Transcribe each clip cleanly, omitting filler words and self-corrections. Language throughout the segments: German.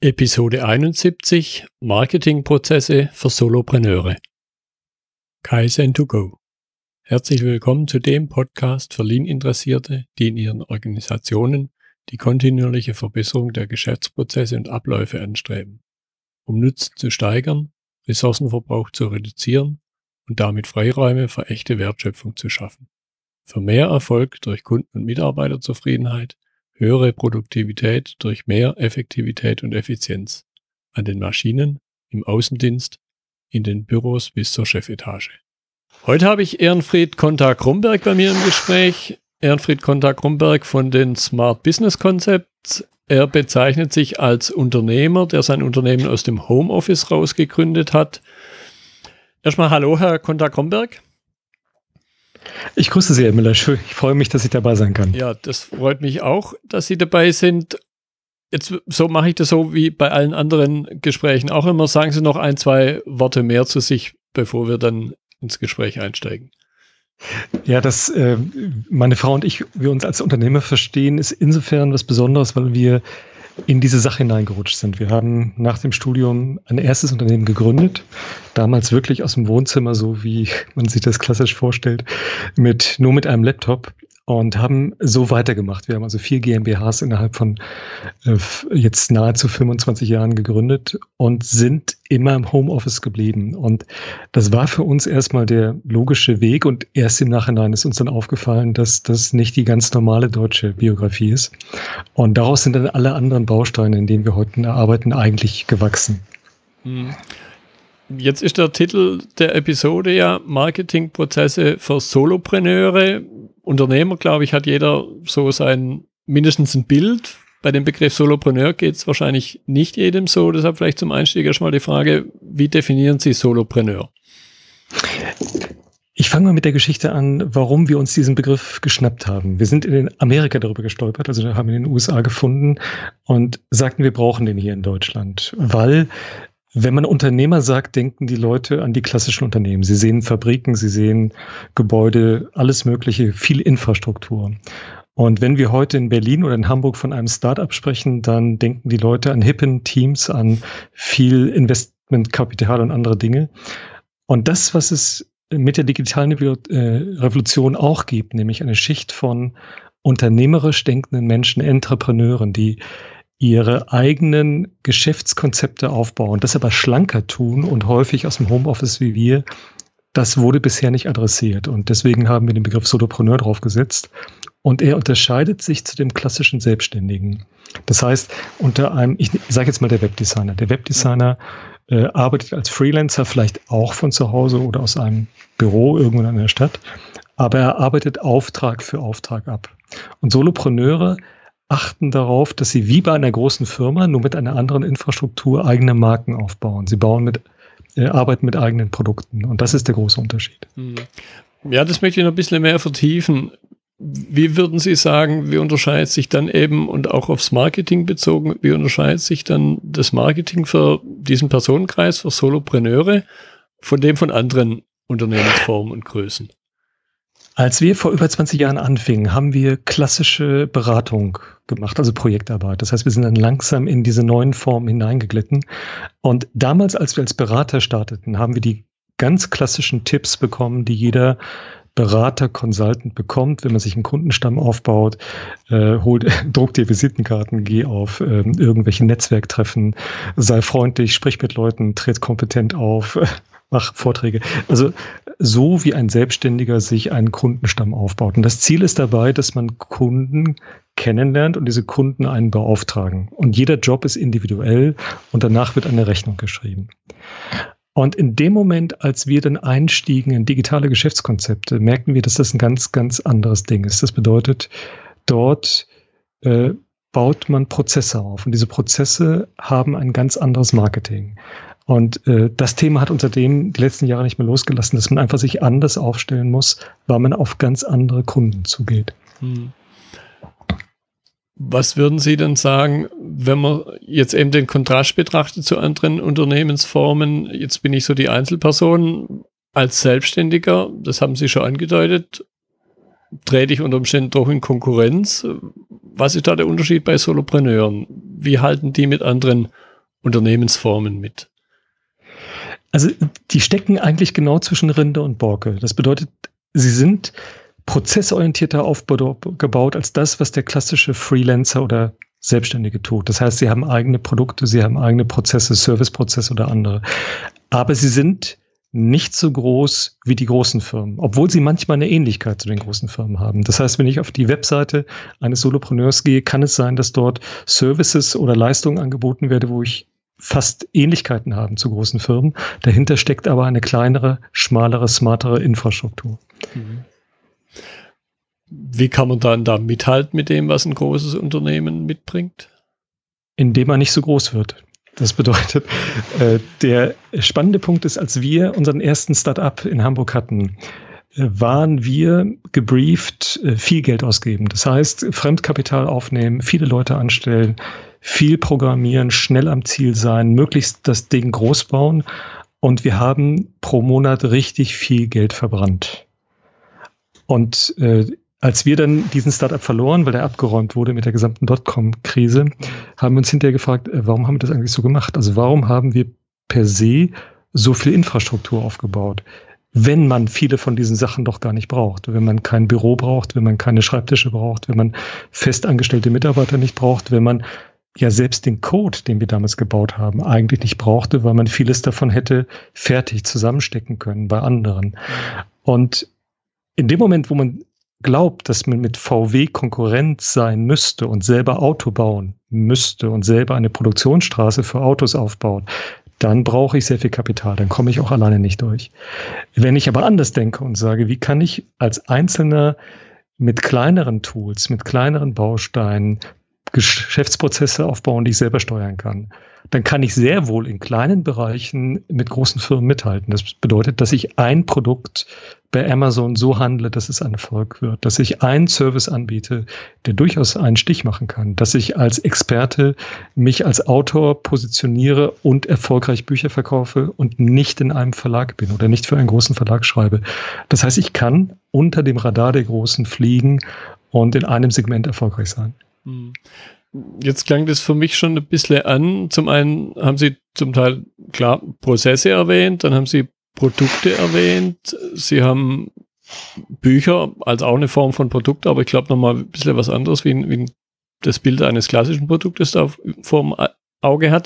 Episode 71 Marketingprozesse für Solopreneure. Kaizen2Go. Herzlich willkommen zu dem Podcast für Lean-Interessierte, die in ihren Organisationen die kontinuierliche Verbesserung der Geschäftsprozesse und Abläufe anstreben, um Nutzen zu steigern, Ressourcenverbrauch zu reduzieren und damit Freiräume für echte Wertschöpfung zu schaffen. Für mehr Erfolg durch Kunden- und Mitarbeiterzufriedenheit, höhere Produktivität durch mehr Effektivität und Effizienz an den Maschinen, im Außendienst, in den Büros bis zur Chefetage. Heute habe ich Ehrenfried Konta-Krumberg bei mir im Gespräch. Ehrenfried Konta-Krumberg von den Smart Business Concepts. Er bezeichnet sich als Unternehmer, der sein Unternehmen aus dem Homeoffice raus gegründet hat. Erstmal hallo, Herr Konta-Krumberg. Ich grüße Sie, Herr Müller. Ich freue mich, dass ich dabei sein kann. Ja, das freut mich auch, dass Sie dabei sind. Jetzt so mache ich das so wie bei allen anderen Gesprächen auch immer. Sagen Sie noch ein, zwei Worte mehr zu sich, bevor wir dann ins Gespräch einsteigen. Ja, dass meine Frau und ich, wir uns als Unternehmer verstehen, ist insofern was Besonderes, weil wir in diese Sache hineingerutscht sind. Wir haben nach dem Studium ein erstes Unternehmen gegründet, damals wirklich aus dem Wohnzimmer, so wie man sich das klassisch vorstellt, nur mit einem Laptop und haben so weitergemacht. Wir haben also 4 GmbHs innerhalb von jetzt nahezu 25 Jahren gegründet und sind immer im Homeoffice geblieben. Und das war für uns erstmal der logische Weg und erst im Nachhinein ist uns dann aufgefallen, dass das nicht die ganz normale deutsche Biografie ist. Und daraus sind dann alle anderen Bausteine, in denen wir heute arbeiten, eigentlich gewachsen. Jetzt ist der Titel der Episode ja Marketingprozesse für Solopreneure. Unternehmer, glaube ich, hat jeder so mindestens ein Bild. Bei dem Begriff Solopreneur geht es wahrscheinlich nicht jedem so. Deshalb vielleicht zum Einstieg erstmal die Frage, wie definieren Sie Solopreneur? Ich fange mal mit der Geschichte an, warum wir uns diesen Begriff geschnappt haben. Wir sind in Amerika darüber gestolpert, also haben ihn in den USA gefunden und sagten, wir brauchen den hier in Deutschland, weil wenn man Unternehmer sagt, denken die Leute an die klassischen Unternehmen. Sie sehen Fabriken, sie sehen Gebäude, alles Mögliche, viel Infrastruktur. Und wenn wir heute in Berlin oder in Hamburg von einem Start-up sprechen, dann denken die Leute an hippen Teams, an viel Investmentkapital und andere Dinge. Und das, was es mit der digitalen Revolution auch gibt, nämlich eine Schicht von unternehmerisch denkenden Menschen, Entrepreneuren, die ihre eigenen Geschäftskonzepte aufbauen, das aber schlanker tun und häufig aus dem Homeoffice wie wir, das wurde bisher nicht adressiert. Und deswegen haben wir den Begriff Solopreneur draufgesetzt. Und er unterscheidet sich zu dem klassischen Selbstständigen. Das heißt, ich sage jetzt mal der Webdesigner. Der Webdesigner arbeitet als Freelancer, vielleicht auch von zu Hause oder aus einem Büro irgendwo in der Stadt, aber er arbeitet Auftrag für Auftrag ab. Und Solopreneure achten darauf, dass sie wie bei einer großen Firma, nur mit einer anderen Infrastruktur, eigene Marken aufbauen. Sie arbeiten mit eigenen Produkten. Und das ist der große Unterschied. Ja, das möchte ich noch ein bisschen mehr vertiefen. Wie würden Sie sagen, wie unterscheidet sich dann eben, und auch aufs Marketing bezogen, wie unterscheidet sich dann das Marketing für diesen Personenkreis, für Solopreneure, von dem von anderen Unternehmensformen und Größen? Als wir vor über 20 Jahren anfingen, haben wir klassische Beratung gemacht, also Projektarbeit. Das heißt, wir sind dann langsam in diese neuen Formen hineingeglitten. Und damals, als wir als Berater starteten, haben wir die ganz klassischen Tipps bekommen, die jeder Berater, Consultant bekommt, wenn man sich einen Kundenstamm aufbaut, druck dir Visitenkarten, geh auf irgendwelche Netzwerktreffen, sei freundlich, sprich mit Leuten, tritt kompetent auf, mach Vorträge. Also so wie ein Selbstständiger sich einen Kundenstamm aufbaut. Und das Ziel ist dabei, dass man Kunden kennenlernt und diese Kunden einen beauftragen. Und jeder Job ist individuell und danach wird eine Rechnung geschrieben. Und in dem Moment, als wir dann einstiegen in digitale Geschäftskonzepte, merken wir, dass das ein ganz, ganz anderes Ding ist. Das bedeutet, dort baut man Prozesse auf und diese Prozesse haben ein ganz anderes Marketing. Und das Thema hat uns seitdem die letzten Jahre nicht mehr losgelassen, dass man einfach sich anders aufstellen muss, weil man auf ganz andere Kunden zugeht. Was würden Sie denn sagen, wenn man jetzt eben den Kontrast betrachtet zu anderen Unternehmensformen? Jetzt bin ich so die Einzelperson als Selbstständiger, das haben Sie schon angedeutet, trete ich unter Umständen doch in Konkurrenz. Was ist da der Unterschied bei Solopreneuren? Wie halten die mit anderen Unternehmensformen mit? Also die stecken eigentlich genau zwischen Rinde und Borke. Das bedeutet, sie sind prozessorientierter aufgebaut als das, was der klassische Freelancer oder Selbstständige tut. Das heißt, sie haben eigene Produkte, sie haben eigene Prozesse, Serviceprozesse oder andere. Aber sie sind nicht so groß wie die großen Firmen, obwohl sie manchmal eine Ähnlichkeit zu den großen Firmen haben. Das heißt, wenn ich auf die Webseite eines Solopreneurs gehe, kann es sein, dass dort Services oder Leistungen angeboten werden, wo ich fast Ähnlichkeiten haben zu großen Firmen. Dahinter steckt aber eine kleinere, schmalere, smartere Infrastruktur. Wie kann man dann da mithalten mit dem, was ein großes Unternehmen mitbringt? Indem man nicht so groß wird. Das bedeutet, der spannende Punkt ist, als wir unseren ersten Start-up in Hamburg hatten, waren wir gebrieft, viel Geld ausgeben. Das heißt, Fremdkapital aufnehmen, viele Leute anstellen, viel programmieren, schnell am Ziel sein, möglichst das Ding groß bauen. Und wir haben pro Monat richtig viel Geld verbrannt. Und als wir dann diesen Startup verloren, weil der abgeräumt wurde mit der gesamten Dotcom-Krise, haben wir uns hinterher gefragt, warum haben wir das eigentlich so gemacht? Also warum haben wir per se so viel Infrastruktur aufgebaut, wenn man viele von diesen Sachen doch gar nicht braucht? Wenn man kein Büro braucht, wenn man keine Schreibtische braucht, wenn man festangestellte Mitarbeiter nicht braucht, wenn man ja selbst den Code, den wir damals gebaut haben, eigentlich nicht brauchte, weil man vieles davon hätte fertig zusammenstecken können bei anderen. Und in dem Moment, wo man glaubt, dass man mit VW Konkurrent sein müsste und selber Auto bauen müsste und selber eine Produktionsstraße für Autos aufbaut, dann brauche ich sehr viel Kapital, dann komme ich auch alleine nicht durch. Wenn ich aber anders denke und sage, wie kann ich als Einzelner mit kleineren Tools, mit kleineren Bausteinen Geschäftsprozesse aufbauen, die ich selber steuern kann, dann kann ich sehr wohl in kleinen Bereichen mit großen Firmen mithalten. Das bedeutet, dass ich ein Produkt bei Amazon so handle, dass es ein Erfolg wird, dass ich einen Service anbiete, der durchaus einen Stich machen kann, dass ich als Experte mich als Autor positioniere und erfolgreich Bücher verkaufe und nicht in einem Verlag bin oder nicht für einen großen Verlag schreibe. Das heißt, ich kann unter dem Radar der Großen fliegen und in einem Segment erfolgreich sein. Jetzt klang das für mich schon ein bisschen an. Zum einen haben Sie zum Teil, klar, Prozesse erwähnt, dann haben Sie Produkte erwähnt, Sie haben Bücher als auch eine Form von Produkt, aber ich glaube nochmal ein bisschen was anderes, wie das Bild eines klassischen Produktes da vor dem Auge hat.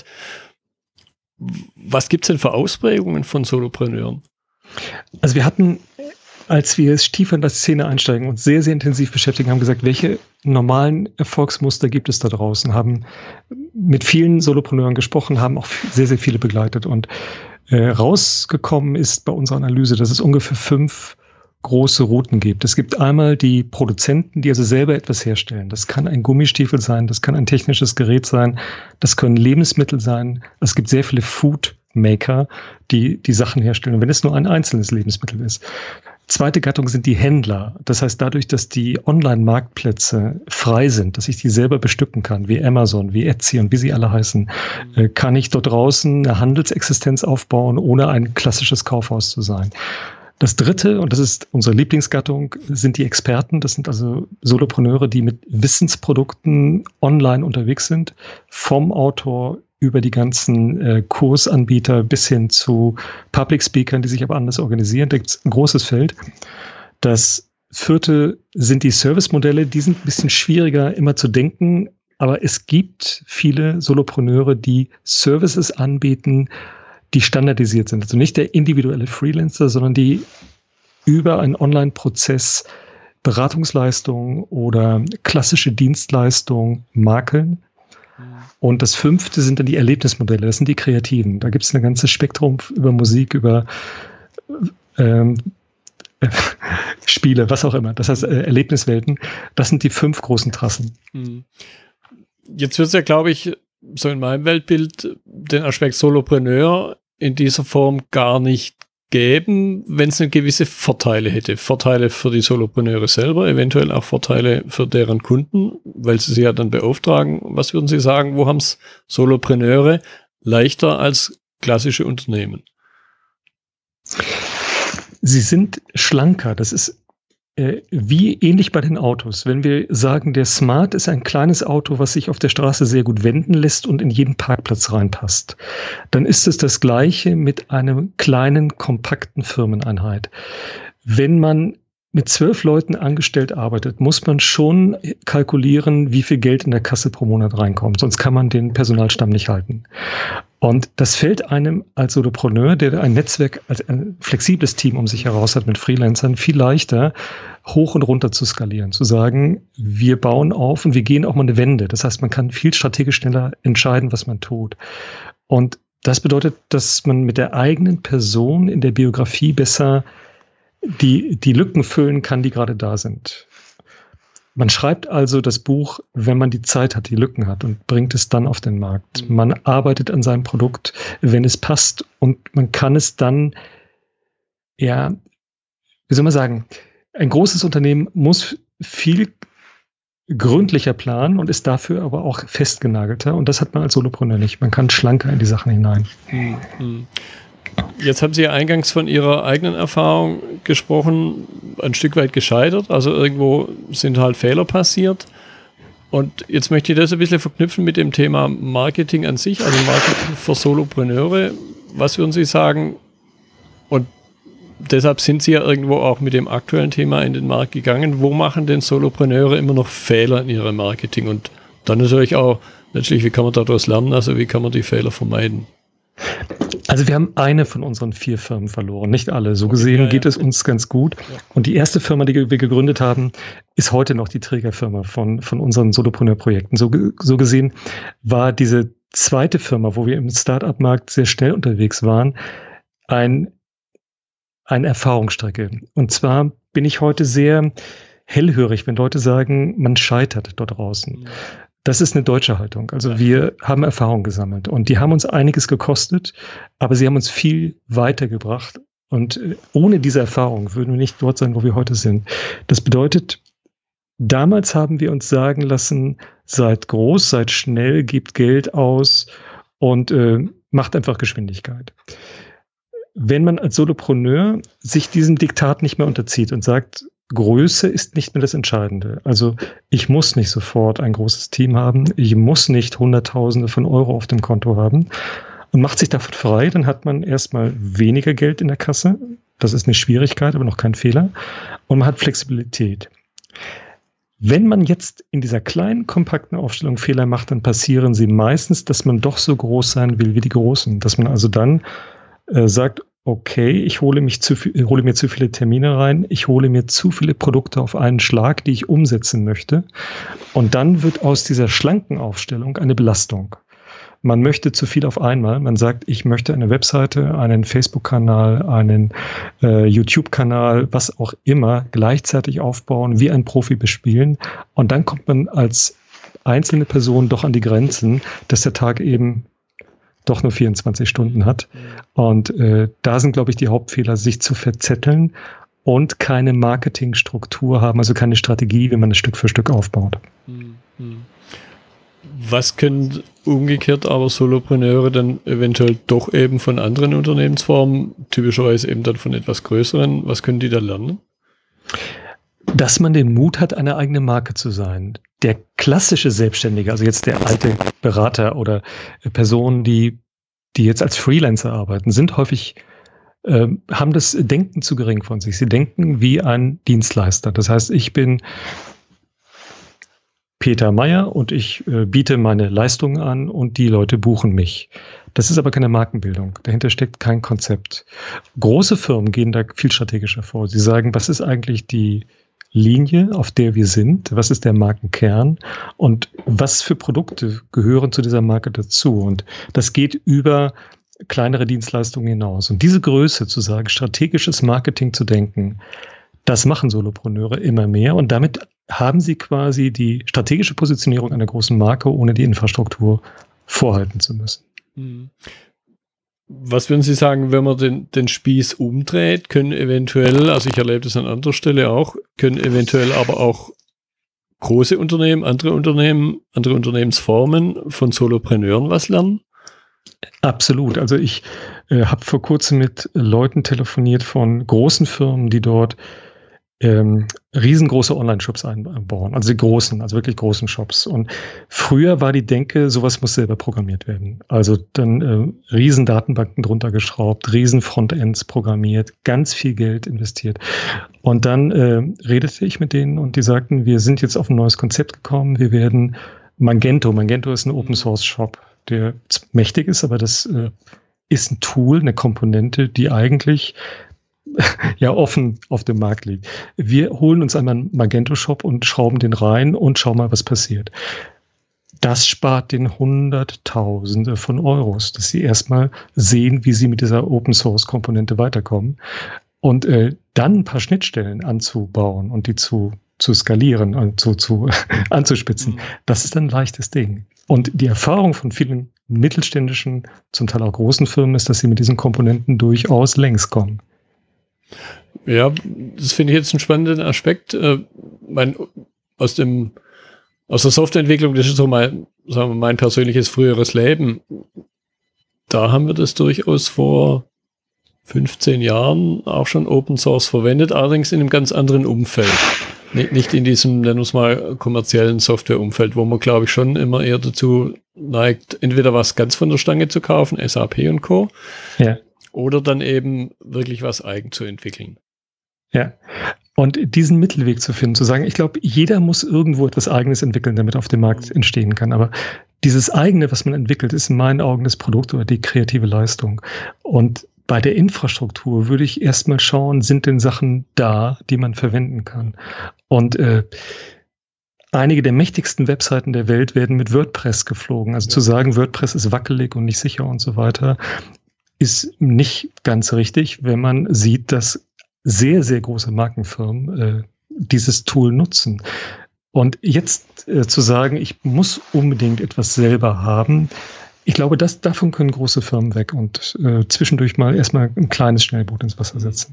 Was gibt es denn für Ausprägungen von Solopreneuren? Also wir hatten, als wir tiefer in die Szene einsteigen und sehr, sehr intensiv beschäftigen, haben gesagt, welche normalen Erfolgsmuster gibt es da draußen, haben mit vielen Solopreneuren gesprochen, haben auch sehr, sehr viele begleitet und rausgekommen ist bei unserer Analyse, dass es ungefähr 5 große Routen gibt. Es gibt einmal die Produzenten, die also selber etwas herstellen. Das kann ein Gummistiefel sein, das kann ein technisches Gerät sein, das können Lebensmittel sein. Es gibt sehr viele Food-Maker, die Sachen herstellen. Und wenn es nur ein einzelnes Lebensmittel ist. Zweite Gattung sind die Händler. Das heißt, dadurch, dass die Online-Marktplätze frei sind, dass ich die selber bestücken kann, wie Amazon, wie Etsy und wie sie alle heißen, kann ich dort draußen eine Handelsexistenz aufbauen, ohne ein klassisches Kaufhaus zu sein. Das dritte, und das ist unsere Lieblingsgattung, sind die Experten. Das sind also Solopreneure, die mit Wissensprodukten online unterwegs sind, vom Autor über die ganzen Kursanbieter bis hin zu Public Speakern, die sich aber anders organisieren. Da gibt es ein großes Feld. Das vierte sind die Servicemodelle. Die sind ein bisschen schwieriger immer zu denken, aber es gibt viele Solopreneure, die Services anbieten, die standardisiert sind. Also nicht der individuelle Freelancer, sondern die über einen Online-Prozess Beratungsleistungen oder klassische Dienstleistungen makeln. Und das fünfte sind dann die Erlebnismodelle, das sind die Kreativen. Da gibt es ein ganzes Spektrum über Musik, über Spiele, was auch immer. Das heißt Erlebniswelten. Das sind die 5 großen Trassen. Jetzt wird es ja, glaube ich, so in meinem Weltbild den Aspekt Solopreneur in dieser Form gar nicht geben, wenn es eine gewisse Vorteile hätte. Vorteile für die Solopreneure selber, eventuell auch Vorteile für deren Kunden, weil sie ja dann beauftragen. Was würden Sie sagen, wo haben es Solopreneure leichter als klassische Unternehmen? Sie sind schlanker. Das ist wie ähnlich bei den Autos. Wenn wir sagen, der Smart ist ein kleines Auto, was sich auf der Straße sehr gut wenden lässt und in jeden Parkplatz reinpasst, dann ist es das Gleiche mit einer kleinen, kompakten Firmeneinheit. Wenn man mit 12 Leuten angestellt arbeitet, muss man schon kalkulieren, wie viel Geld in der Kasse pro Monat reinkommt. Sonst kann man den Personalstamm nicht halten. Und das fällt einem als Solopreneur, der ein Netzwerk, als ein flexibles Team um sich heraus hat mit Freelancern, viel leichter, hoch und runter zu skalieren. Zu sagen, wir bauen auf und wir gehen auch mal eine Wende. Das heißt, man kann viel strategisch schneller entscheiden, was man tut. Und das bedeutet, dass man mit der eigenen Person in der Biografie besser die Lücken füllen kann, die gerade da sind. Man schreibt also das Buch, wenn man die Zeit hat, die Lücken hat und bringt es dann auf den Markt. Man arbeitet an seinem Produkt, wenn es passt und man kann es dann, ja, wie soll man sagen, ein großes Unternehmen muss viel gründlicher planen und ist dafür aber auch festgenagelter und das hat man als Solopreneur nicht. Man kann schlanker in die Sachen hinein. Jetzt haben Sie ja eingangs von Ihrer eigenen Erfahrung gesprochen, ein Stück weit gescheitert, also irgendwo sind halt Fehler passiert. Und jetzt möchte ich das ein bisschen verknüpfen mit dem Thema Marketing an sich, also Marketing für Solopreneure. Was würden Sie sagen? Und deshalb sind Sie ja irgendwo auch mit dem aktuellen Thema in den Markt gegangen. Wo machen denn Solopreneure immer noch Fehler in ihrem Marketing? Und dann natürlich auch, letztlich, wie kann man daraus lernen, also wie kann man die Fehler vermeiden? Also wir haben eine von unseren 4 Firmen verloren, nicht alle. So gesehen geht es uns ganz gut. Ja. Und die erste Firma, die wir gegründet haben, ist heute noch die Trägerfirma von unseren Solopreneur-Projekten. So gesehen war diese zweite Firma, wo wir im Start-up-Markt sehr schnell unterwegs waren, eine Erfahrungsstrecke. Und zwar bin ich heute sehr hellhörig, wenn Leute sagen, man scheitert dort draußen. Das ist eine deutsche Haltung. Also wir haben Erfahrung gesammelt und die haben uns einiges gekostet, aber sie haben uns viel weitergebracht. Und ohne diese Erfahrung würden wir nicht dort sein, wo wir heute sind. Das bedeutet, damals haben wir uns sagen lassen, seid groß, seid schnell, gebt Geld aus und macht einfach Geschwindigkeit. Wenn man als Solopreneur sich diesem Diktat nicht mehr unterzieht und sagt, Größe ist nicht mehr das Entscheidende. Also ich muss nicht sofort ein großes Team haben, ich muss nicht Hunderttausende von Euro auf dem Konto haben und macht sich davon frei, dann hat man erstmal weniger Geld in der Kasse. Das ist eine Schwierigkeit, aber noch kein Fehler. Und man hat Flexibilität. Wenn man jetzt in dieser kleinen, kompakten Aufstellung Fehler macht, dann passieren sie meistens, dass man doch so groß sein will wie die Großen. Dass man also dann sagt, okay, ich hole mir zu viele Termine rein, ich hole mir zu viele Produkte auf einen Schlag, die ich umsetzen möchte. Und dann wird aus dieser schlanken Aufstellung eine Belastung. Man möchte zu viel auf einmal. Man sagt, ich möchte eine Webseite, einen Facebook-Kanal, einen YouTube-Kanal, was auch immer, gleichzeitig aufbauen, wie ein Profi bespielen. Und dann kommt man als einzelne Person doch an die Grenzen, dass der Tag eben doch nur 24 Stunden hat. Und da sind, glaube ich, die Hauptfehler, sich zu verzetteln und keine Marketingstruktur haben, also keine Strategie, wie man es Stück für Stück aufbaut. Was können umgekehrt aber Solopreneure dann eventuell doch eben von anderen Unternehmensformen, typischerweise eben dann von etwas größeren, was können die da lernen? Dass man den Mut hat, eine eigene Marke zu sein. Der klassische Selbstständige, also jetzt der alte Berater oder Personen, die jetzt als Freelancer arbeiten, sind häufig, haben das Denken zu gering von sich. Sie denken wie ein Dienstleister. Das heißt, ich bin Peter Meyer und ich biete meine Leistungen an und die Leute buchen mich. Das ist aber keine Markenbildung. Dahinter steckt kein Konzept. Große Firmen gehen da viel strategischer vor. Sie sagen, was ist eigentlich die Linie, auf der wir sind, was ist der Markenkern und was für Produkte gehören zu dieser Marke dazu. Und das geht über kleinere Dienstleistungen hinaus. Und diese Größe zu sagen, strategisches Marketing zu denken, das machen Solopreneure immer mehr und damit haben sie quasi die strategische Positionierung einer großen Marke, ohne die Infrastruktur vorhalten zu müssen. Was würden Sie sagen, wenn man den Spieß umdreht, können eventuell, also ich erlebe das an anderer Stelle auch, können eventuell aber auch große Unternehmen, andere Unternehmensformen von Solopreneuren was lernen? Absolut. Also ich habe vor kurzem mit Leuten telefoniert von großen Firmen, die dort riesengroße Online-Shops einbauen, also die großen, also wirklich großen Shops. Und früher war die Denke, sowas muss selber programmiert werden. Also dann riesen Datenbanken drunter geschraubt, riesen Frontends programmiert, ganz viel Geld investiert. Und dann redete ich mit denen und die sagten, wir sind jetzt auf ein neues Konzept gekommen, wir werden Magento ist ein Open-Source-Shop, der mächtig ist, aber das ist ein Tool, eine Komponente, die eigentlich ja offen auf dem Markt liegt. Wir holen uns einmal einen Magento-Shop und schrauben den rein und schauen mal, was passiert. Das spart den Hunderttausende von Euros, dass sie erstmal sehen, wie sie mit dieser Open-Source-Komponente weiterkommen und dann ein paar Schnittstellen anzubauen und die zu skalieren und anzuspitzen. Das ist ein leichtes Ding. Und die Erfahrung von vielen mittelständischen, zum Teil auch großen Firmen ist, dass sie mit diesen Komponenten durchaus längs kommen. Ja, das finde ich jetzt einen spannenden Aspekt. Aus der Softwareentwicklung, das ist so mein persönliches früheres Leben. Da haben wir das durchaus vor 15 Jahren auch schon Open Source verwendet, allerdings in einem ganz anderen Umfeld. Nicht in diesem, nennen wir es mal, kommerziellen Softwareumfeld, wo man, glaube ich, schon immer eher dazu neigt, entweder was ganz von der Stange zu kaufen, SAP und Co., ja, oder dann eben wirklich was eigen zu entwickeln. Ja, und diesen Mittelweg zu finden, zu sagen, ich glaube, jeder muss irgendwo etwas Eigenes entwickeln, damit auf dem Markt entstehen kann. Aber dieses eigene, was man entwickelt, ist in meinen Augen das Produkt oder die kreative Leistung. Und bei der Infrastruktur würde ich erstmal schauen, sind denn Sachen da, die man verwenden kann? Und einige der mächtigsten Webseiten der Welt werden mit WordPress geflogen. Also zu sagen, WordPress ist wackelig und nicht sicher und so weiter, ist nicht ganz richtig, wenn man sieht, dass sehr, sehr große Markenfirmen dieses Tool nutzen. Und jetzt zu sagen, ich muss unbedingt etwas selber haben, ich glaube, davon können große Firmen weg und zwischendurch mal erstmal ein kleines Schnellboot ins Wasser setzen.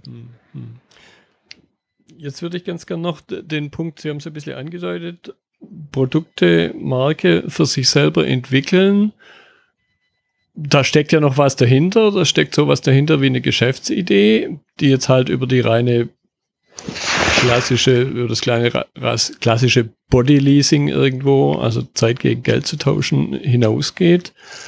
Jetzt würde ich ganz gerne noch den Punkt, Sie haben es ein bisschen angedeutet, Produkte, Marke für sich selber entwickeln. Da steckt ja noch was dahinter. Da steckt sowas dahinter wie eine Geschäftsidee, die jetzt halt über die reine klassische Bodyleasing irgendwo, also Zeit gegen Geld zu tauschen, hinausgeht.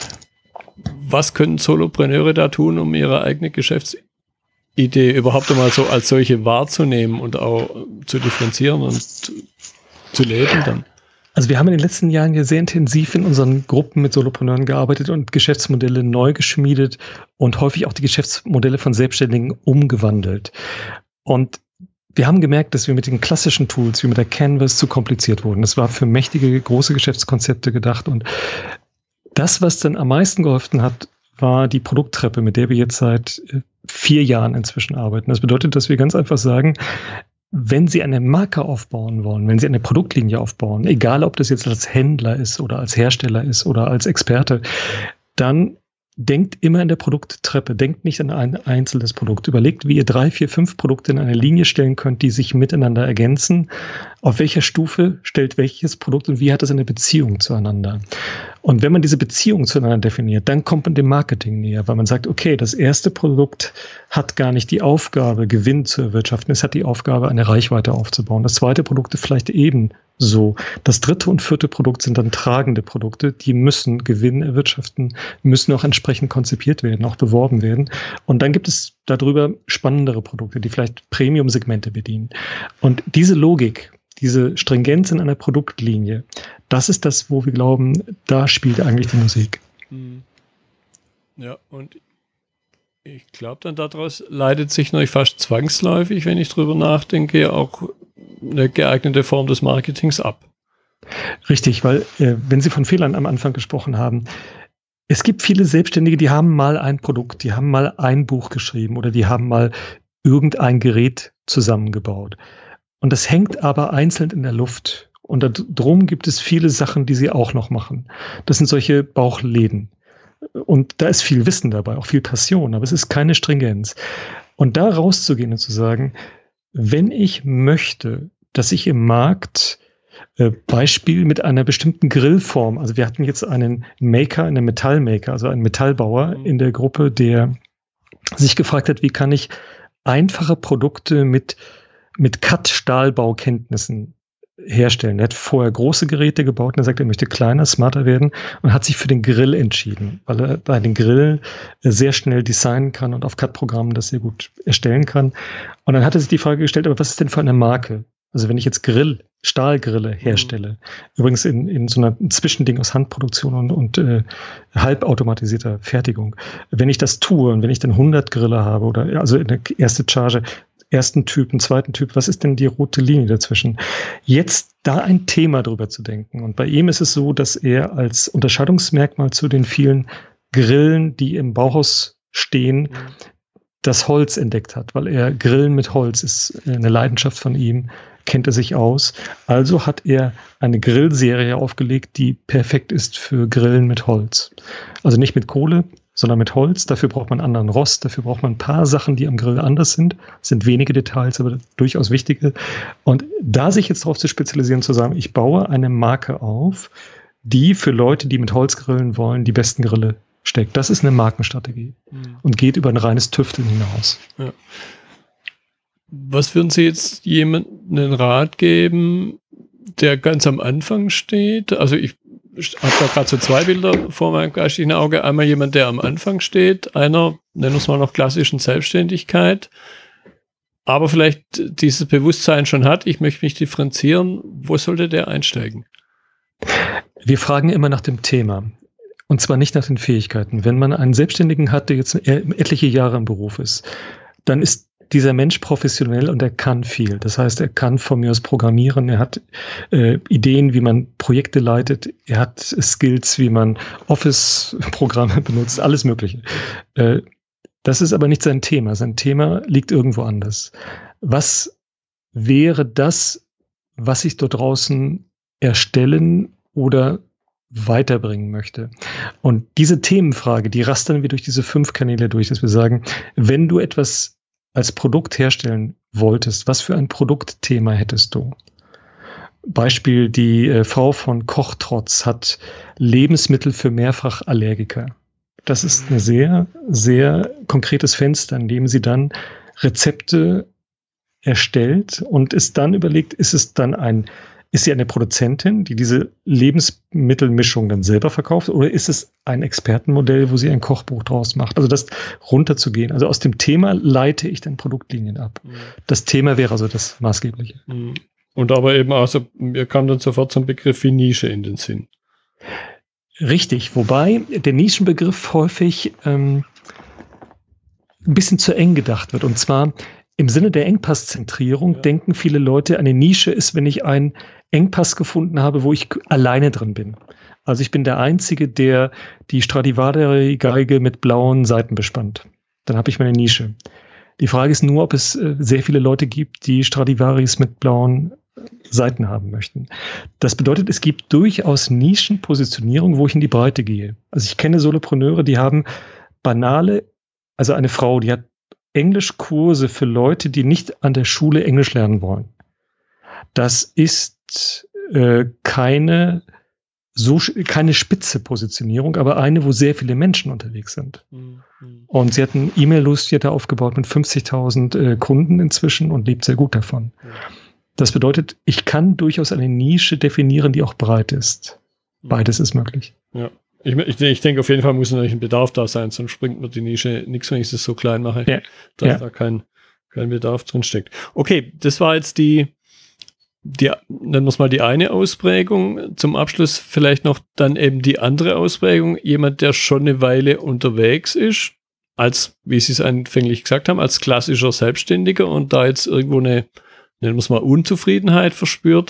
Was können Solopreneure da tun, um ihre eigene Geschäftsidee überhaupt einmal so als solche wahrzunehmen und auch zu differenzieren und zu leben dann? Also wir haben in den letzten Jahren ja sehr intensiv in unseren Gruppen mit Solopreneuren gearbeitet und Geschäftsmodelle neu geschmiedet und häufig auch die Geschäftsmodelle von Selbstständigen umgewandelt. Und wir haben gemerkt, dass wir mit den klassischen Tools wie mit der Canvas zu kompliziert wurden. Das war für mächtige, große Geschäftskonzepte gedacht. Und das, was dann am meisten geholfen hat, war die Produkttreppe, mit der wir jetzt seit 4 Jahren inzwischen arbeiten. Das bedeutet, dass wir ganz einfach sagen, wenn Sie eine Marke aufbauen wollen, wenn Sie eine Produktlinie aufbauen, egal ob das jetzt als Händler ist oder als Hersteller ist oder als Experte, dann denkt immer in der Produkttreppe, denkt nicht an ein einzelnes Produkt. Überlegt, wie ihr 3, 4, 5 Produkte in eine Linie stellen könnt, die sich miteinander ergänzen. Auf welcher Stufe stellt welches Produkt und wie hat es eine Beziehung zueinander? Und wenn man diese Beziehung zueinander definiert, dann kommt man dem Marketing näher, weil man sagt, okay, das erste Produkt hat gar nicht die Aufgabe, Gewinn zu erwirtschaften. Es hat die Aufgabe, eine Reichweite aufzubauen. Das zweite Produkt ist vielleicht ebenso. Das dritte und vierte Produkt sind dann tragende Produkte, die müssen Gewinn erwirtschaften, müssen auch entsprechend konzipiert werden, auch beworben werden. Und dann gibt es darüber spannendere Produkte, die vielleicht Premium-Segmente bedienen. Und diese Logik, diese Stringenz in einer Produktlinie, das ist das, wo wir glauben, da spielt eigentlich die Musik. Ja, und ich glaube dann daraus leitet sich noch fast zwangsläufig, wenn ich drüber nachdenke, auch eine geeignete Form des Marketings ab. Richtig, weil wenn Sie von Fehlern am Anfang gesprochen haben, es gibt viele Selbstständige, die haben mal ein Produkt, die haben mal ein Buch geschrieben oder die haben mal irgendein Gerät zusammengebaut. Und das hängt aber einzeln in der Luft. Und darum gibt es viele Sachen, die sie auch noch machen. Das sind solche Bauchläden. Und da ist viel Wissen dabei, auch viel Passion, aber es ist keine Stringenz. Und da rauszugehen und zu sagen, wenn ich möchte, dass ich im Markt Beispiel mit einer bestimmten Grillform, also wir hatten jetzt einen Maker, einen Metallmaker, also einen Metallbauer in der Gruppe, der sich gefragt hat, wie kann ich einfache Produkte mit mit CAD-Stahlbaukenntnissen herstellen. Er hat vorher große Geräte gebaut und er sagt, er möchte kleiner, smarter werden und hat sich für den Grill entschieden, weil er bei den Grill sehr schnell designen kann und auf CAD-Programmen das sehr gut erstellen kann. Und dann hat er sich die Frage gestellt, aber was ist denn für eine Marke? Also wenn ich jetzt Stahlgrille herstelle, übrigens in so einer Zwischending aus Handproduktion und halbautomatisierter Fertigung, wenn ich das tue und wenn ich dann 100 Grille habe oder also eine erste Charge, ersten Typ, einen zweiten Typ, was ist denn die rote Linie dazwischen? Jetzt da ein Thema drüber zu denken. Und bei ihm ist es so, dass er als Unterscheidungsmerkmal zu den vielen Grillen, die im Bauhaus stehen, das Holz entdeckt hat, weil er Grillen mit Holz ist eine Leidenschaft von ihm, kennt er sich aus. Also hat er eine Grillserie aufgelegt, die perfekt ist für Grillen mit Holz. Also nicht mit Kohle, sondern mit Holz. Dafür braucht man anderen Rost, dafür braucht man ein paar Sachen, die am Grill anders sind. Das sind wenige Details, aber durchaus wichtige. Und da sich jetzt darauf zu spezialisieren, zu sagen, ich baue eine Marke auf, die für Leute, die mit Holz grillen wollen, die besten Grille steckt. Das ist eine Markenstrategie und geht über ein reines Tüfteln hinaus. Ja. Was würden Sie jetzt jemandem einen Rat geben, der ganz am Anfang steht? Also ich habe da gerade so zwei Bilder vor meinem geistigen Auge. Einmal jemand, der am Anfang steht, einer, nennen wir es mal noch klassischen Selbstständigkeit, aber vielleicht dieses Bewusstsein schon hat, ich möchte mich differenzieren. Wo sollte der einsteigen? Wir fragen immer nach dem Thema. Und zwar nicht nach den Fähigkeiten. Wenn man einen Selbstständigen hat, der jetzt etliche Jahre im Beruf ist, dann ist dieser Mensch professionell und er kann viel. Das heißt, er kann von mir aus programmieren, er hat Ideen, wie man Projekte leitet, er hat Skills, wie man Office-Programme benutzt, alles Mögliche. Das ist aber nicht sein Thema. Sein Thema liegt irgendwo anders. Was wäre das, was ich dort draußen erstellen oder weiterbringen möchte? Und diese Themenfrage, die rastern wir durch diese 5 Kanäle durch, dass wir sagen, wenn du etwas als Produkt herstellen wolltest, was für ein Produktthema hättest du? Beispiel, die Frau von Kochtrotz hat Lebensmittel für Mehrfachallergiker. Das ist ein sehr, sehr konkretes Fenster, in dem sie dann Rezepte erstellt und es dann überlegt, ist sie eine Produzentin, die diese Lebensmittelmischung dann selber verkauft, oder ist es ein Expertenmodell, wo sie ein Kochbuch draus macht? Also das runterzugehen. Also aus dem Thema leite ich dann Produktlinien ab. Das Thema wäre also das Maßgebliche. Und aber eben auch so, mir kam dann sofort so ein Begriff wie Nische in den Sinn. Richtig, wobei der Nischenbegriff häufig ein bisschen zu eng gedacht wird. Und zwar im Sinne der Engpasszentrierung denken viele Leute, eine Nische ist, wenn ich einen Engpass gefunden habe, wo ich alleine drin bin. Also ich bin der Einzige, der die Stradivari-Geige mit blauen Saiten bespannt. Dann habe ich meine Nische. Die Frage ist nur, ob es sehr viele Leute gibt, die Stradivaris mit blauen Saiten haben möchten. Das bedeutet, es gibt durchaus Nischenpositionierung, wo ich in die Breite gehe. Also ich kenne Solopreneure, die haben also eine Frau, die hat Englischkurse für Leute, die nicht an der Schule Englisch lernen wollen. Das ist keine spitze Positionierung, aber eine, wo sehr viele Menschen unterwegs sind. Und sie hat einen E-Mail-Newsletter aufgebaut mit 50.000 Kunden inzwischen und lebt sehr gut davon. Das bedeutet, ich kann durchaus eine Nische definieren, die auch breit ist. Beides ist möglich. Ja. Ich denke, auf jeden Fall muss natürlich ein Bedarf da sein, sonst springt mir die Nische nichts, wenn ich es so klein mache, dass da kein Bedarf drin steckt. Okay, das war jetzt nennen wir es mal die eine Ausprägung. Zum Abschluss vielleicht noch dann eben die andere Ausprägung. Jemand, der schon eine Weile unterwegs ist, als, wie Sie es anfänglich gesagt haben, als klassischer Selbstständiger und da jetzt irgendwo eine, nennen wir es mal, Unzufriedenheit verspürt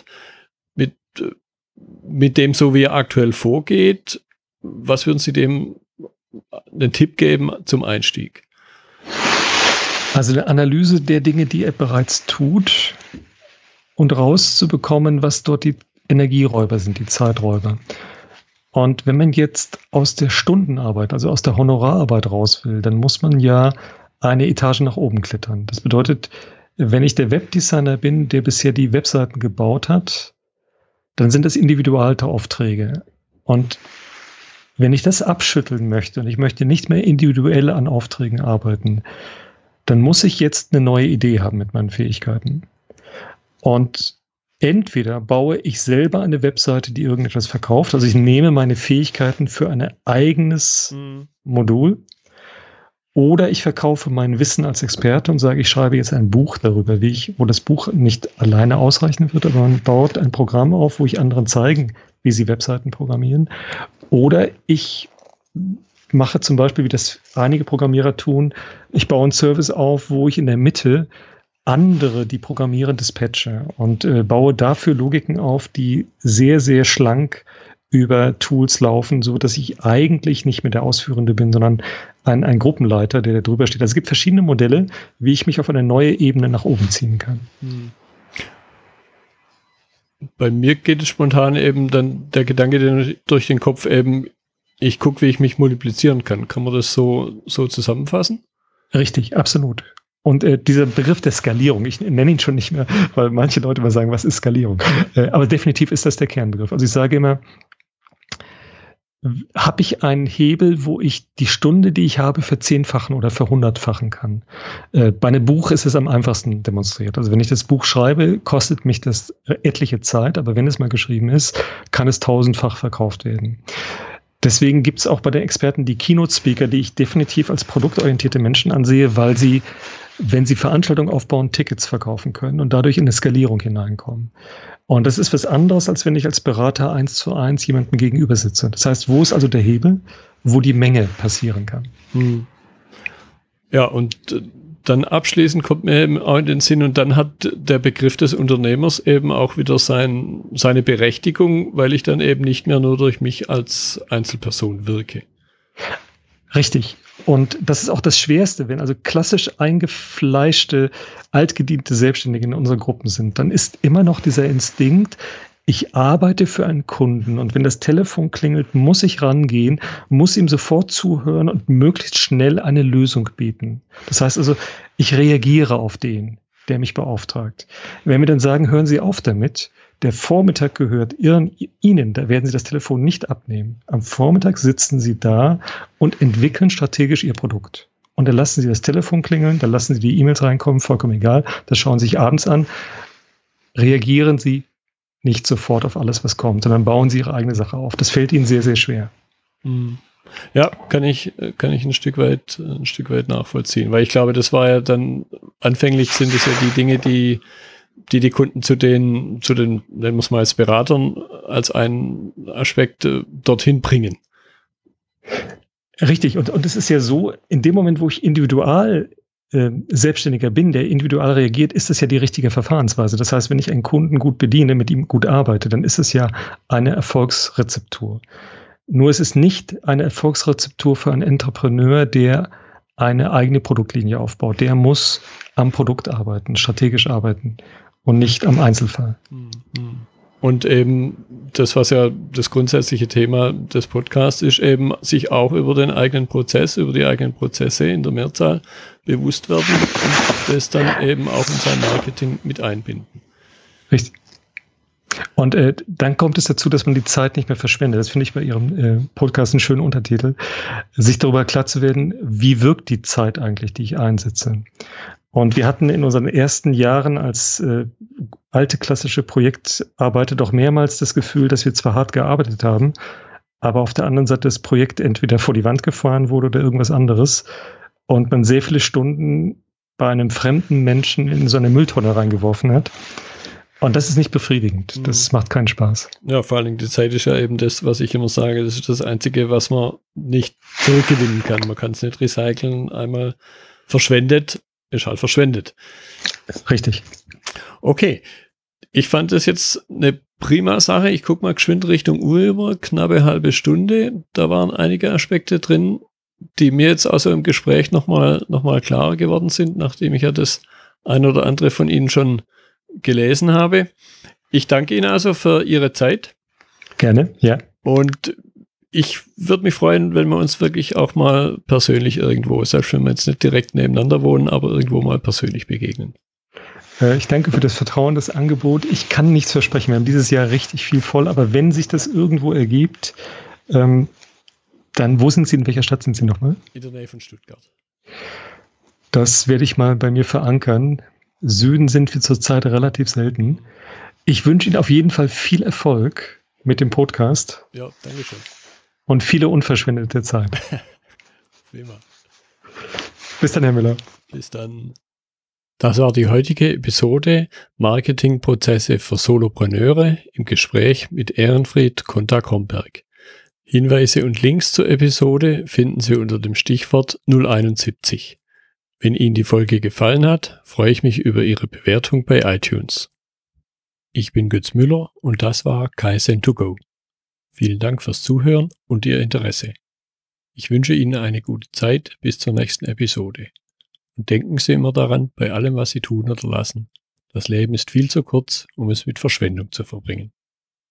mit dem, so wie er aktuell vorgeht. Was würden Sie dem einen Tipp geben zum Einstieg? Also eine Analyse der Dinge, die er bereits tut und rauszubekommen, was dort die Energieräuber sind, die Zeiträuber. Und wenn man jetzt aus der Stundenarbeit, also aus der Honorararbeit raus will, dann muss man ja eine Etage nach oben klettern. Das bedeutet, wenn ich der Webdesigner bin, der bisher die Webseiten gebaut hat, dann sind das Individualaufträge. Und wenn ich das abschütteln möchte und ich möchte nicht mehr individuell an Aufträgen arbeiten, dann muss ich jetzt eine neue Idee haben mit meinen Fähigkeiten. Und entweder baue ich selber eine Webseite, die irgendetwas verkauft, also ich nehme meine Fähigkeiten für ein eigenes Modul, oder ich verkaufe mein Wissen als Experte und sage, ich schreibe jetzt ein Buch darüber, wo das Buch nicht alleine ausreichen wird, aber man baut ein Programm auf, wo ich anderen zeigen, wie sie Webseiten programmieren. Oder ich mache zum Beispiel, wie das einige Programmierer tun, ich baue einen Service auf, wo ich in der Mitte andere, die programmieren, dispatche und baue dafür Logiken auf, die sehr, sehr schlank über Tools laufen, so dass ich eigentlich nicht mehr der Ausführende bin, sondern ein Gruppenleiter, der da drüber steht. Also es gibt verschiedene Modelle, wie ich mich auf eine neue Ebene nach oben ziehen kann. Bei mir geht es spontan eben dann der Gedanke durch den Kopf eben, ich gucke, wie ich mich multiplizieren kann. Kann man das so zusammenfassen? Richtig, absolut. Und dieser Begriff der Skalierung, ich nenne ihn schon nicht mehr, weil manche Leute mal sagen, was ist Skalierung? Aber definitiv ist das der Kernbegriff. Also ich sage immer, habe ich einen Hebel, wo ich die Stunde, die ich habe, verzehnfachen oder verhundertfachen kann. Bei einem Buch ist es am einfachsten demonstriert. Also wenn ich das Buch schreibe, kostet mich das etliche Zeit, aber wenn es mal geschrieben ist, kann es tausendfach verkauft werden. Deswegen gibt es auch bei den Experten die Keynote-Speaker, die ich definitiv als produktorientierte Menschen ansehe, weil sie, wenn sie Veranstaltungen aufbauen, Tickets verkaufen können und dadurch in eine Skalierung hineinkommen. Und das ist was anderes, als wenn ich als Berater 1:1 jemandem gegenüber sitze. Das heißt, wo ist also der Hebel, wo die Menge passieren kann? Ja, und dann abschließend kommt mir eben auch in den Sinn, und dann hat der Begriff des Unternehmers eben auch wieder seine Berechtigung, weil ich dann eben nicht mehr nur durch mich als Einzelperson wirke. Richtig. Und das ist auch das Schwerste, wenn also klassisch eingefleischte, altgediente Selbstständige in unseren Gruppen sind, dann ist immer noch dieser Instinkt, ich arbeite für einen Kunden und wenn das Telefon klingelt, muss ich rangehen, muss ihm sofort zuhören und möglichst schnell eine Lösung bieten. Das heißt also, ich reagiere auf den, der mich beauftragt. Wenn wir dann sagen, hören Sie auf damit, der Vormittag gehört Ihnen, da werden Sie das Telefon nicht abnehmen. Am Vormittag sitzen Sie da und entwickeln strategisch Ihr Produkt. Und dann lassen Sie das Telefon klingeln, dann lassen Sie die E-Mails reinkommen, vollkommen egal, das schauen Sie sich abends an. Reagieren Sie nicht sofort auf alles, was kommt, sondern bauen Sie Ihre eigene Sache auf. Das fällt Ihnen sehr, sehr schwer. Ja, kann ich ein Stück weit nachvollziehen, weil ich glaube, das war ja dann, anfänglich sind es ja die Dinge, die Kunden zu den, nennen wir es mal als Beratern, als einen Aspekt dorthin bringen. Richtig, und es ist ja so, in dem Moment, wo ich individual Selbstständiger bin, der individual reagiert, ist das ja die richtige Verfahrensweise. Das heißt, wenn ich einen Kunden gut bediene, mit ihm gut arbeite, dann ist es ja eine Erfolgsrezeptur. Nur es ist nicht eine Erfolgsrezeptur für einen Entrepreneur, der eine eigene Produktlinie aufbaut. Der muss am Produkt arbeiten, strategisch arbeiten und nicht am Einzelfall. Und eben das, was ja das grundsätzliche Thema des Podcasts ist, eben sich auch über den eigenen Prozess, über die eigenen Prozesse in der Mehrzahl bewusst werden und das dann eben auch in sein Marketing mit einbinden. Richtig. Und dann kommt es dazu, dass man die Zeit nicht mehr verschwendet. Das finde ich bei Ihrem Podcast einen schönen Untertitel. Sich darüber klar zu werden, wie wirkt die Zeit eigentlich, die ich einsetze. Und wir hatten in unseren ersten Jahren als alte klassische Projektarbeiter doch mehrmals das Gefühl, dass wir zwar hart gearbeitet haben, aber auf der anderen Seite das Projekt entweder vor die Wand gefahren wurde oder irgendwas anderes und man sehr viele Stunden bei einem fremden Menschen in so eine Mülltonne reingeworfen hat. Und das ist nicht befriedigend. Das macht keinen Spaß. Ja, vor allen Dingen die Zeit ist ja eben das, was ich immer sage, das ist das Einzige, was man nicht zurückgewinnen kann. Man kann es nicht recyceln. Einmal verschwendet, ist halt verschwendet. Richtig. Okay. Ich fand das jetzt eine prima Sache. Ich gucke mal geschwind Richtung Uhr über, knappe halbe Stunde. Da waren einige Aspekte drin, die mir jetzt also im Gespräch nochmal klarer geworden sind, nachdem ich ja das ein oder andere von Ihnen schon gelesen habe. Ich danke Ihnen also für Ihre Zeit. Gerne, ja. Und ich würde mich freuen, wenn wir uns wirklich auch mal persönlich irgendwo, selbst wenn wir jetzt nicht direkt nebeneinander wohnen, aber irgendwo mal persönlich begegnen. Ich danke für das Vertrauen, das Angebot. Ich kann nichts versprechen. Wir haben dieses Jahr richtig viel voll, aber wenn sich das irgendwo ergibt, dann wo sind Sie, in welcher Stadt sind Sie nochmal? In der Nähe von Stuttgart. Das werde ich mal bei mir verankern. Süden sind wir zurzeit relativ selten. Ich wünsche Ihnen auf jeden Fall viel Erfolg mit dem Podcast. Ja, danke schön. Und viele unverschwendete Zeit. Prima. Bis dann, Herr Müller. Bis dann. Das war die heutige Episode Marketingprozesse für Solopreneure im Gespräch mit Ehrenfried Kontak-Homberg. Hinweise und Links zur Episode finden Sie unter dem Stichwort 071. Wenn Ihnen die Folge gefallen hat, freue ich mich über Ihre Bewertung bei iTunes. Ich bin Götz Müller und das war Kaizen2Go. Vielen Dank fürs Zuhören und Ihr Interesse. Ich wünsche Ihnen eine gute Zeit bis zur nächsten Episode. Und denken Sie immer daran, bei allem, was Sie tun oder lassen. Das Leben ist viel zu kurz, um es mit Verschwendung zu verbringen.